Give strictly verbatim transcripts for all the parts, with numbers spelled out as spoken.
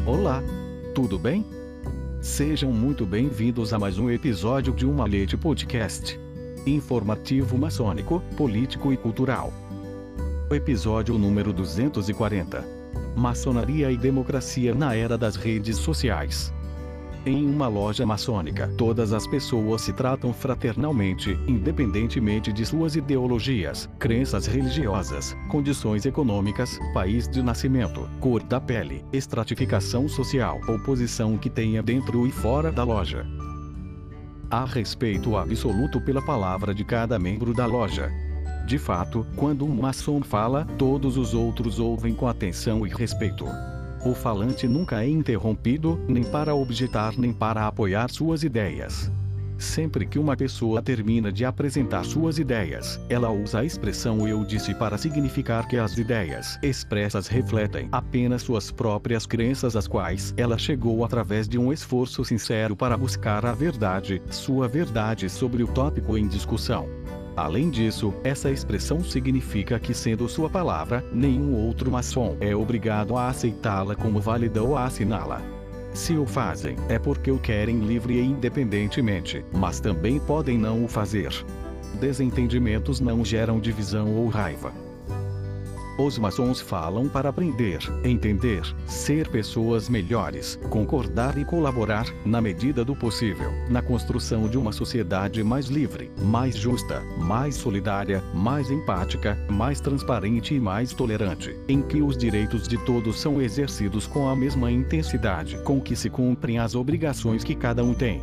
Olá, tudo bem? Sejam muito bem-vindos a mais um episódio de Uma Leite Podcast. Informativo maçônico, político e cultural. Episódio número duzentos e quarenta. Maçonaria e democracia na era das redes sociais. Em uma loja maçônica, todas as pessoas se tratam fraternalmente, independentemente de suas ideologias, crenças religiosas, condições econômicas, país de nascimento, cor da pele, estratificação social ou posição que tenha dentro e fora da loja. Há respeito absoluto pela palavra de cada membro da loja. De fato, quando um maçom fala, todos os outros ouvem com atenção e respeito. O falante nunca é interrompido, nem para objetar nem para apoiar suas ideias. Sempre que uma pessoa termina de apresentar suas ideias, ela usa a expressão "eu disse" para significar que as ideias expressas refletem apenas suas próprias crenças, às quais ela chegou através de um esforço sincero para buscar a verdade, sua verdade sobre o tópico em discussão. Além disso, essa expressão significa que, sendo sua palavra, nenhum outro maçom é obrigado a aceitá-la como válida ou a assiná-la. Se o fazem, é porque o querem livre e independentemente, mas também podem não o fazer. Desentendimentos não geram divisão ou raiva. Os maçons falam para aprender, entender, ser pessoas melhores, concordar e colaborar, na medida do possível, na construção de uma sociedade mais livre, mais justa, mais solidária, mais empática, mais transparente e mais tolerante, em que os direitos de todos são exercidos com a mesma intensidade com que se cumprem as obrigações que cada um tem.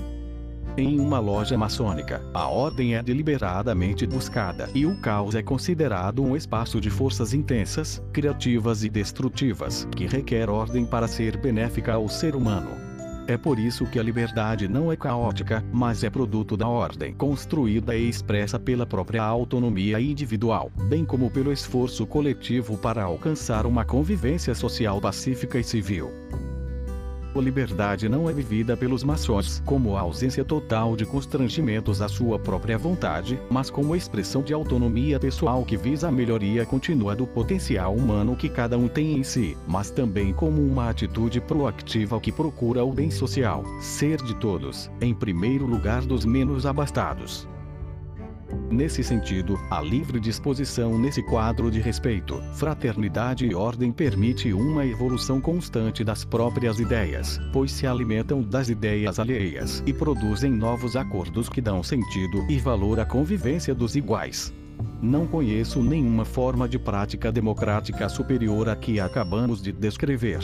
Em uma loja maçônica, a ordem é deliberadamente buscada e o caos é considerado um espaço de forças intensas, criativas e destrutivas, que requer ordem para ser benéfica ao ser humano. É por isso que a liberdade não é caótica, mas é produto da ordem construída e expressa pela própria autonomia individual, bem como pelo esforço coletivo para alcançar uma convivência social pacífica e civil. A liberdade não é vivida pelos maçons como a ausência total de constrangimentos à sua própria vontade, mas como expressão de autonomia pessoal que visa a melhoria contínua do potencial humano que cada um tem em si, mas também como uma atitude proativa que procura o bem social, ser de todos, em primeiro lugar dos menos abastados. Nesse sentido, a livre disposição nesse quadro de respeito, fraternidade e ordem permite uma evolução constante das próprias ideias, pois se alimentam das ideias alheias e produzem novos acordos que dão sentido e valor à convivência dos iguais. Não conheço nenhuma forma de prática democrática superior à que acabamos de descrever.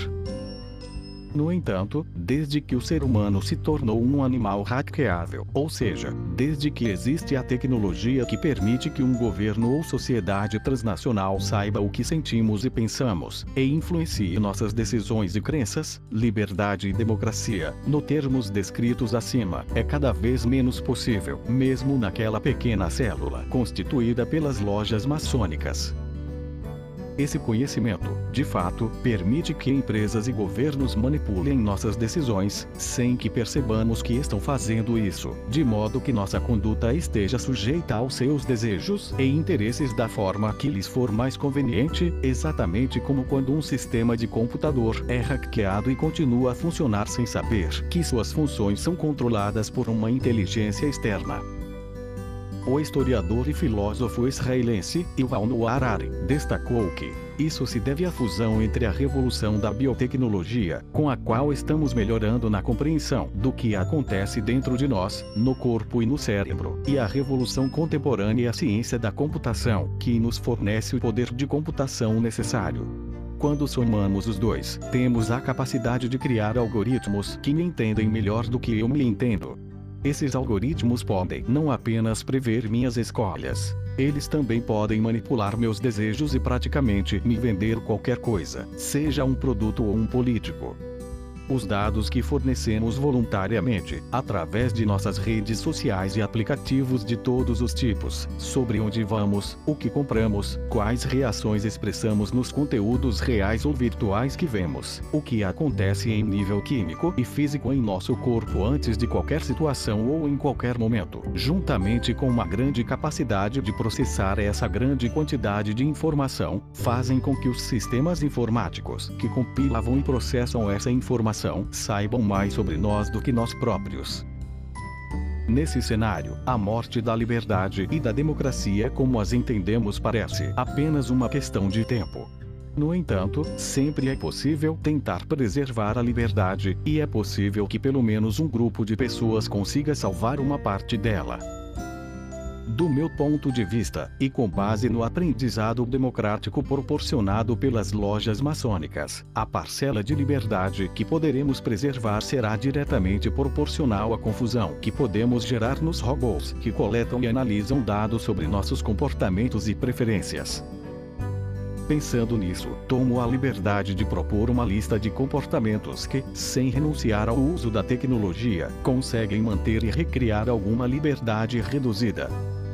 No entanto, desde que o ser humano se tornou um animal hackeável, ou seja, desde que existe a tecnologia que permite que um governo ou sociedade transnacional saiba o que sentimos e pensamos, e influencie nossas decisões e crenças, liberdade e democracia, no termos descritos acima, é cada vez menos possível, mesmo naquela pequena célula constituída pelas lojas maçônicas. Esse conhecimento, de fato, permite que empresas e governos manipulem nossas decisões, sem que percebamos que estão fazendo isso, de modo que nossa conduta esteja sujeita aos seus desejos e interesses da forma que lhes for mais conveniente, exatamente como quando um sistema de computador é hackeado e continua a funcionar sem saber que suas funções são controladas por uma inteligência externa. O historiador e filósofo israelense, Yuval Noah Harari, destacou que isso se deve à fusão entre a revolução da biotecnologia, com a qual estamos melhorando na compreensão do que acontece dentro de nós, no corpo e no cérebro, e a revolução contemporânea e a ciência da computação, que nos fornece o poder de computação necessário. Quando somamos os dois, temos a capacidade de criar algoritmos que me entendem melhor do que eu me entendo. Esses algoritmos podem não apenas prever minhas escolhas, eles também podem manipular meus desejos e praticamente me vender qualquer coisa, seja um produto ou um político. Os dados que fornecemos voluntariamente, através de nossas redes sociais e aplicativos de todos os tipos, sobre onde vamos, o que compramos, quais reações expressamos nos conteúdos reais ou virtuais que vemos, o que acontece em nível químico e físico em nosso corpo antes de qualquer situação ou em qualquer momento, juntamente com uma grande capacidade de processar essa grande quantidade de informação, fazem com que os sistemas informáticos que compilam e processam essa informação saibam mais sobre nós do que nós próprios. Nesse cenário, a morte da liberdade e da democracia como as entendemos parece apenas uma questão de tempo. No entanto, sempre é possível tentar preservar a liberdade, e é possível que pelo menos um grupo de pessoas consiga salvar uma parte dela. Do meu ponto de vista, e com base no aprendizado democrático proporcionado pelas lojas maçônicas, a parcela de liberdade que poderemos preservar será diretamente proporcional à confusão que podemos gerar nos robôs que coletam e analisam dados sobre nossos comportamentos e preferências. Pensando nisso, tomo a liberdade de propor uma lista de comportamentos que, sem renunciar ao uso da tecnologia, conseguem manter e recriar alguma liberdade reduzida.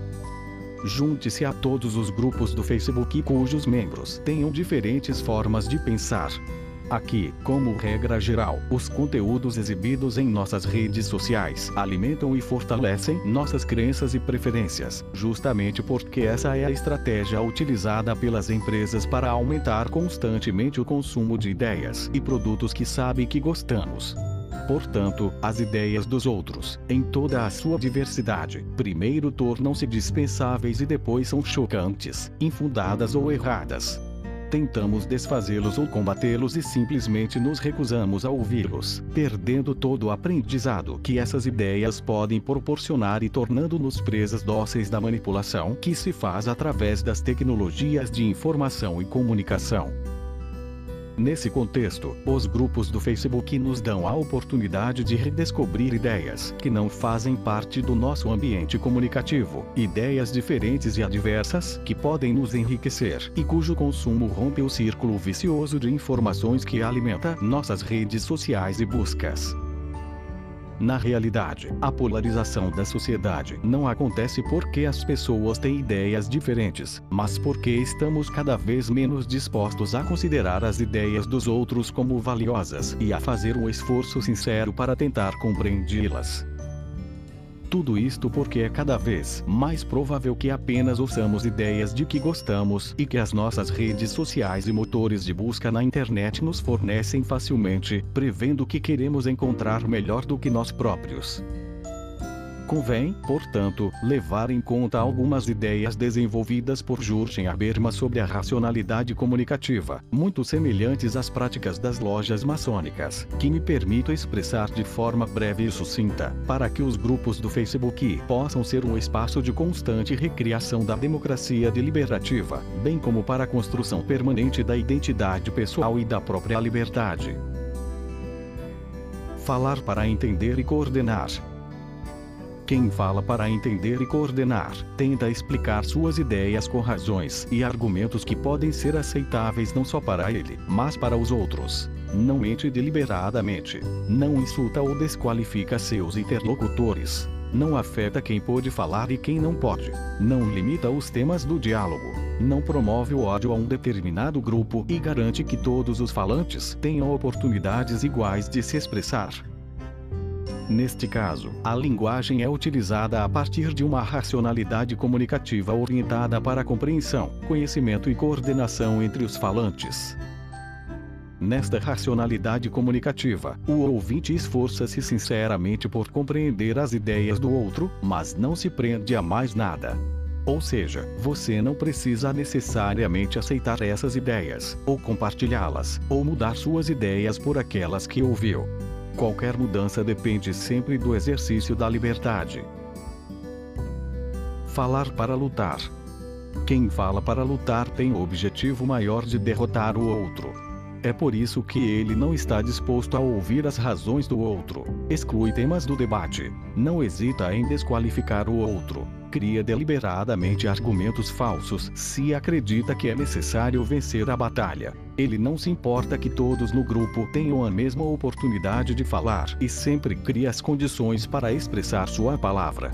Junte-se a todos os grupos do Facebook cujos membros tenham diferentes formas de pensar. Aqui, como regra geral, os conteúdos exibidos em nossas redes sociais alimentam e fortalecem nossas crenças e preferências, justamente porque essa é a estratégia utilizada pelas empresas para aumentar constantemente o consumo de ideias e produtos que sabem que gostamos. Portanto, as ideias dos outros, em toda a sua diversidade, primeiro tornam-se dispensáveis e depois são chocantes, infundadas ou erradas. Tentamos desfazê-los ou combatê-los e simplesmente nos recusamos a ouvi-los, perdendo todo o aprendizado que essas ideias podem proporcionar e tornando-nos presas dóceis da manipulação que se faz através das tecnologias de informação e comunicação. Nesse contexto, os grupos do Facebook nos dão a oportunidade de redescobrir ideias que não fazem parte do nosso ambiente comunicativo, ideias diferentes e adversas que podem nos enriquecer e cujo consumo rompe o círculo vicioso de informações que alimenta nossas redes sociais e buscas. Na realidade, a polarização da sociedade não acontece porque as pessoas têm ideias diferentes, mas porque estamos cada vez menos dispostos a considerar as ideias dos outros como valiosas e a fazer um esforço sincero para tentar compreendê-las. Tudo isto porque é cada vez mais provável que apenas ouçamos ideias de que gostamos e que as nossas redes sociais e motores de busca na internet nos fornecem facilmente, prevendo que queremos encontrar melhor do que nós próprios. Convém, portanto, levar em conta algumas ideias desenvolvidas por Jürgen Habermas sobre a racionalidade comunicativa, muito semelhantes às práticas das lojas maçônicas, que me permito expressar de forma breve e sucinta, para que os grupos do Facebook possam ser um espaço de constante recriação da democracia deliberativa, bem como para a construção permanente da identidade pessoal e da própria liberdade. Falar para entender e coordenar. Quem fala para entender e coordenar, tenta explicar suas ideias com razões e argumentos que podem ser aceitáveis não só para ele, mas para os outros. Não mente deliberadamente. Não insulta ou desqualifica seus interlocutores. Não afeta quem pode falar e quem não pode. Não limita os temas do diálogo. Não promove o ódio a um determinado grupo e garante que todos os falantes tenham oportunidades iguais de se expressar. Neste caso, a linguagem é utilizada a partir de uma racionalidade comunicativa orientada para a compreensão, conhecimento e coordenação entre os falantes. Nesta racionalidade comunicativa, o ouvinte esforça-se sinceramente por compreender as ideias do outro, mas não se prende a mais nada. Ou seja, você não precisa necessariamente aceitar essas ideias, ou compartilhá-las, ou mudar suas ideias por aquelas que ouviu. Qualquer mudança depende sempre do exercício da liberdade. Falar para lutar. Quem fala para lutar tem o objetivo maior de derrotar o outro. É por isso que ele não está disposto a ouvir as razões do outro. Exclui temas do debate. Não hesita em desqualificar o outro. cria deliberadamente argumentos falsos se acredita que é necessário vencer a batalha. Ele não se importa que todos no grupo tenham a mesma oportunidade de falar e sempre cria as condições para expressar sua palavra.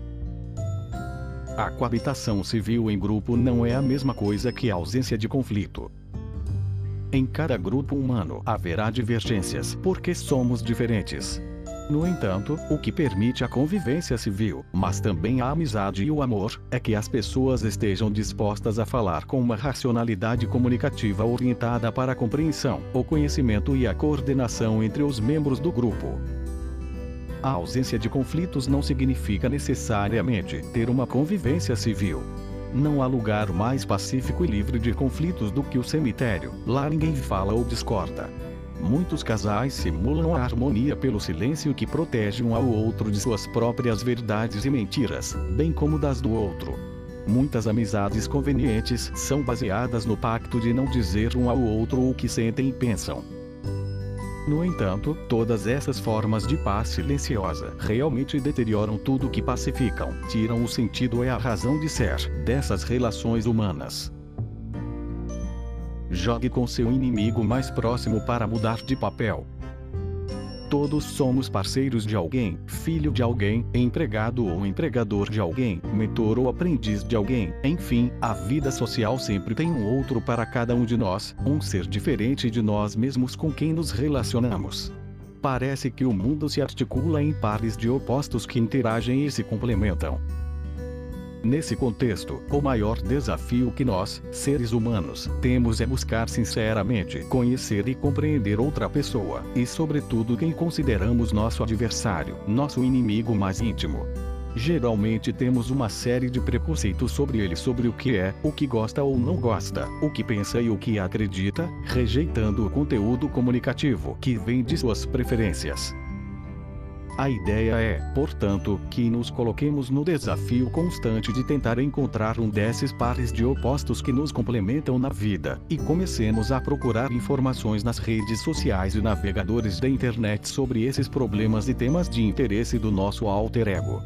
A coabitação civil em grupo não é a mesma coisa que a ausência de conflito. Em cada grupo humano haverá divergências, porque somos diferentes. No entanto, o que permite a convivência civil, mas também a amizade e o amor, é que as pessoas estejam dispostas a falar com uma racionalidade comunicativa orientada para a compreensão, o conhecimento e a coordenação entre os membros do grupo. A ausência de conflitos não significa necessariamente ter uma convivência civil. Não há lugar mais pacífico e livre de conflitos do que o cemitério. Lá ninguém fala ou discorda. Muitos casais simulam a harmonia pelo silêncio que protege um ao outro de suas próprias verdades e mentiras, bem como das do outro. Muitas amizades convenientes são baseadas no pacto de não dizer um ao outro o que sentem e pensam. No entanto, todas essas formas de paz silenciosa realmente deterioram tudo que pacificam, tiram o sentido e a razão de ser dessas relações humanas. Jogue com seu inimigo mais próximo para mudar de papel. Todos somos parceiros de alguém, filho de alguém, empregado ou empregador de alguém, mentor ou aprendiz de alguém. Enfim, a vida social sempre tem um outro para cada um de nós, um ser diferente de nós mesmos com quem nos relacionamos. Parece que o mundo se articula em pares de opostos que interagem e se complementam. Nesse contexto, o maior desafio que nós, seres humanos, temos é buscar sinceramente conhecer e compreender outra pessoa, e sobretudo quem consideramos nosso adversário, nosso inimigo mais íntimo. Geralmente temos uma série de preconceitos sobre ele, sobre o que é, o que gosta ou não gosta, o que pensa e o que acredita, rejeitando o conteúdo comunicativo que vem de suas preferências. A ideia é, portanto, que nos coloquemos no desafio constante de tentar encontrar um desses pares de opostos que nos complementam na vida, e comecemos a procurar informações nas redes sociais e navegadores da internet sobre esses problemas e temas de interesse do nosso alter ego.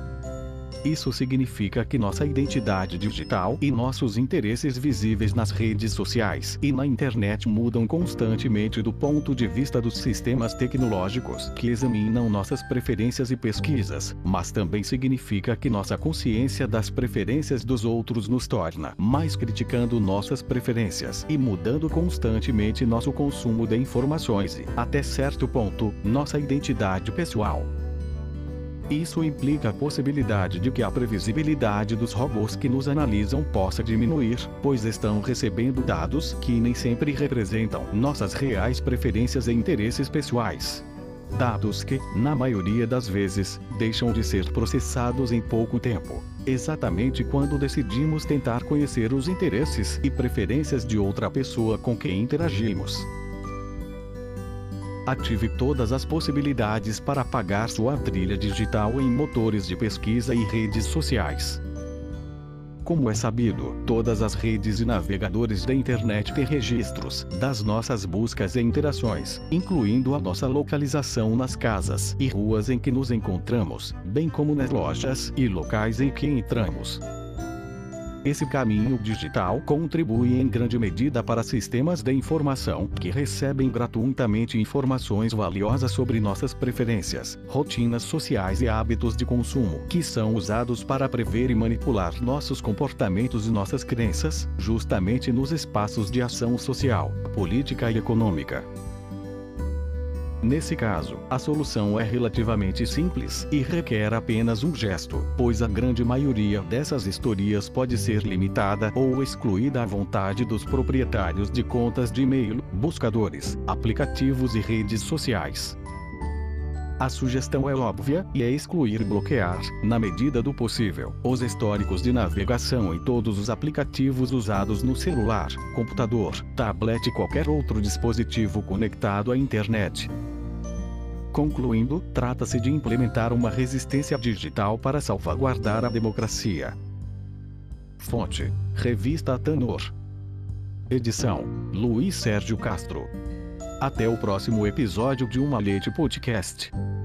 Isso significa que nossa identidade digital e nossos interesses visíveis nas redes sociais e na internet mudam constantemente do ponto de vista dos sistemas tecnológicos que examinam nossas preferências e pesquisas, mas também significa que nossa consciência das preferências dos outros nos torna mais criticando nossas preferências e mudando constantemente nosso consumo de informações e, até certo ponto, nossa identidade pessoal. Isso implica a possibilidade de que a previsibilidade dos robôs que nos analisam possa diminuir, pois estão recebendo dados que nem sempre representam nossas reais preferências e interesses pessoais. Dados que, na maioria das vezes, deixam de ser processados em pouco tempo, exatamente quando decidimos tentar conhecer os interesses e preferências de outra pessoa com quem interagimos. Ative todas as possibilidades para apagar sua trilha digital em motores de pesquisa e redes sociais. Como é sabido, todas as redes e navegadores da internet têm registros das nossas buscas e interações, incluindo a nossa localização nas casas e ruas em que nos encontramos, bem como nas lojas e locais em que entramos. Esse caminho digital contribui em grande medida para sistemas de informação que recebem gratuitamente informações valiosas sobre nossas preferências, rotinas sociais e hábitos de consumo, que são usados para prever e manipular nossos comportamentos e nossas crenças, justamente nos espaços de ação social, política e econômica. Nesse caso, a solução é relativamente simples e requer apenas um gesto, pois a grande maioria dessas historias pode ser limitada ou excluída à vontade dos proprietários de contas de e-mail, buscadores, aplicativos e redes sociais. A sugestão é óbvia e é excluir e bloquear, na medida do possível, os históricos de navegação em todos os aplicativos usados no celular, computador, tablet e qualquer outro dispositivo conectado à internet. Concluindo, trata-se de implementar uma resistência digital para salvaguardar a democracia. Fonte: Revista Tanor. Edição: Luiz Sérgio Castro. Até o próximo episódio de Uma Leite Podcast.